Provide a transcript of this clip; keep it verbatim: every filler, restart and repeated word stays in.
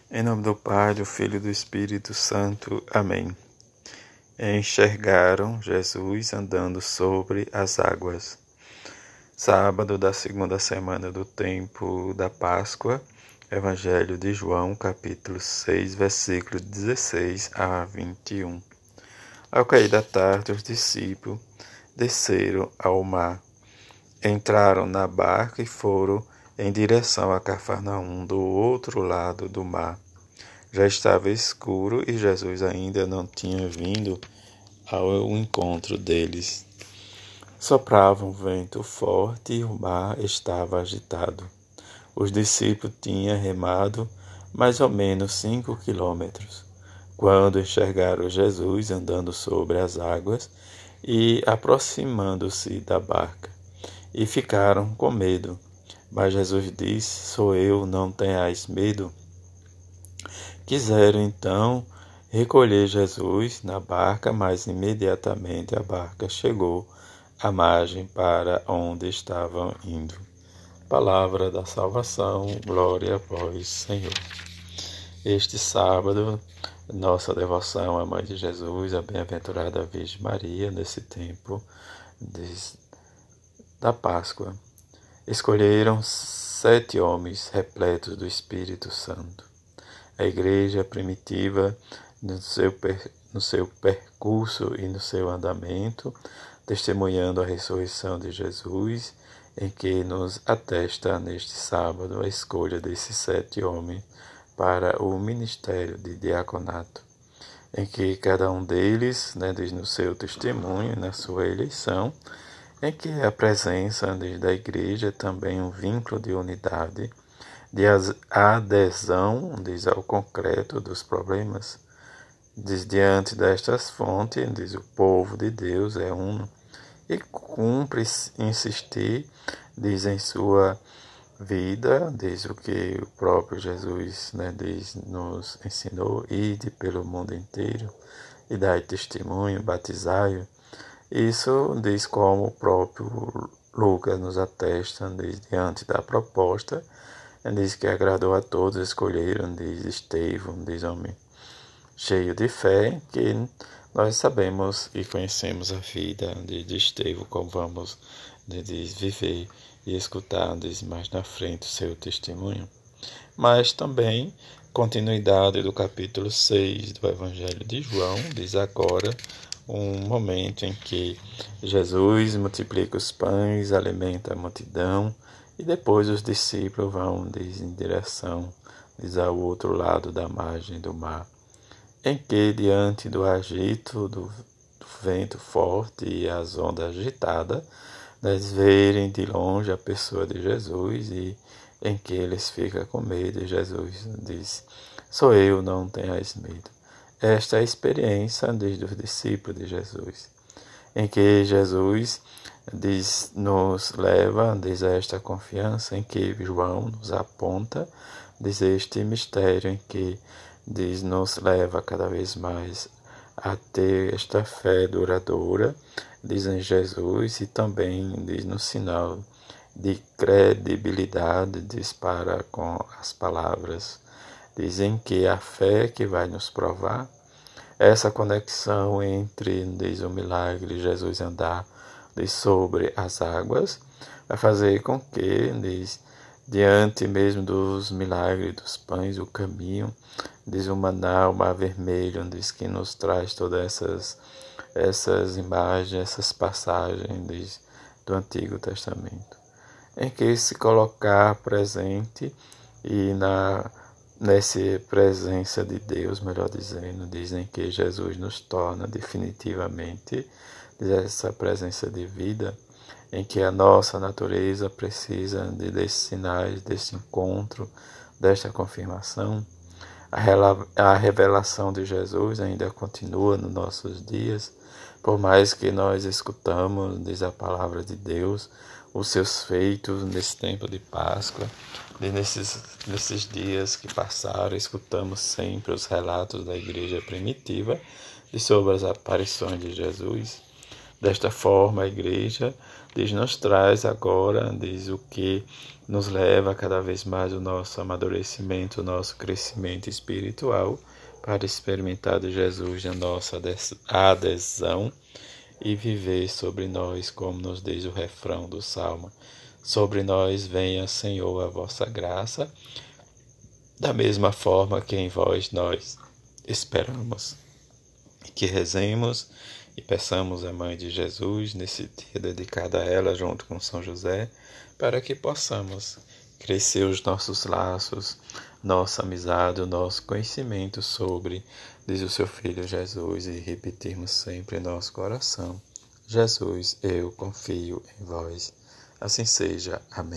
Em nome do Pai, do Filho e do Espírito Santo. Amém. Enxergaram Jesus andando sobre as águas. Sábado da segunda semana do tempo da Páscoa, Evangelho de João, capítulo seis, versículos dezesseis a vinte e um. Ao cair da tarde, os discípulos desceram ao mar, entraram na barca e foram em direção a Cafarnaum, do outro lado do mar. Já estava escuro e Jesus ainda não tinha vindo ao encontro deles. Soprava um vento forte e o mar estava agitado. Os discípulos tinham remado mais ou menos cinco quilômetros, quando enxergaram Jesus andando sobre as águas e aproximando-se da barca, e ficaram com medo. Mas Jesus disse: Sou eu, não tenhais medo. Quiseram então recolher Jesus na barca, mas imediatamente a barca chegou à margem para onde estavam indo. Palavra da salvação, glória a vós, Senhor. Este sábado, nossa devoção à Mãe de Jesus, a bem-aventurada Virgem Maria, nesse tempo de, da Páscoa. Escolheram sete homens repletos do Espírito Santo. A igreja primitiva, no seu, no seu percurso e no seu andamento, testemunhando a ressurreição de Jesus, em que nos atesta neste sábado a escolha desses sete homens para o ministério de diaconato, em que cada um deles, né, diz no seu testemunho, na sua eleição, em que a presença da igreja é também um vínculo de unidade, de adesão, diz, ao concreto dos problemas. Diz, diante destas fontes, diz, o povo de Deus é uno e cumpre insistir, diz, em sua vida, diz o que o próprio Jesus, né, diz, nos ensinou: ide pelo mundo inteiro e dai testemunho, batizai-o. Isso diz como o próprio Lucas nos atesta, diz, diante da proposta. Diz que agradou a todos, escolheram, diz Estevão, diz homem cheio de fé, que nós sabemos e conhecemos a vida de Estevão, como vamos, diz, viver e escutar, diz, mais na frente o seu testemunho. Mas também, continuidade do capítulo seis do Evangelho de João, diz agora um momento em que Jesus multiplica os pães, alimenta a multidão, e depois os discípulos vão, diz, em direção, diz, ao outro lado da margem do mar, em que, diante do agito do, do vento forte e as ondas agitadas, eles verem de longe a pessoa de Jesus, e em que eles ficam com medo, e Jesus diz: Sou eu, não tenhais medo. Esta é a experiência, diz, dos discípulos de Jesus, em que Jesus diz, nos leva, diz, a esta confiança, em que João nos aponta, diz, este mistério em que, diz, nos leva cada vez mais a ter esta fé duradoura, diz, em Jesus, e também, diz, no sinal de credibilidade, diz, para com as palavras, dizem que a fé que vai nos provar, essa conexão entre, diz, o milagre de Jesus andar, diz, sobre as águas, vai fazer com que, diz, diante mesmo dos milagres dos pães, o caminho, diz, o maná, o mar vermelho, diz, que nos traz todas essas, essas imagens, essas passagens, diz, do Antigo Testamento, em que se colocar presente e na nessa presença de Deus, melhor dizendo, dizem que Jesus nos torna definitivamente essa presença de vida, em que a nossa natureza precisa de, desses sinais, desse encontro, desta confirmação. A revelação de Jesus ainda continua nos nossos dias, por mais que nós escutamos, diz a palavra de Deus, os seus feitos nesse tempo de Páscoa, e nesses, nesses dias que passaram, escutamos sempre os relatos da igreja primitiva e sobre as aparições de Jesus. Desta forma, a igreja diz, nos traz agora, diz, o que nos leva a cada vez mais o nosso amadurecimento, o nosso crescimento espiritual, para experimentar de Jesus a nossa adesão e viver sobre nós, como nos diz o refrão do Salmo. Sobre nós venha, Senhor, a vossa graça, da mesma forma que em vós nós esperamos. E que rezemos e peçamos a Mãe de Jesus, nesse dia dedicado a ela, junto com São José, para que possamos crescer os nossos laços, nossa amizade, o nosso conhecimento sobre, diz o seu Filho Jesus, e repetirmos sempre em nosso coração: Jesus, eu confio em vós. Assim seja. Amém.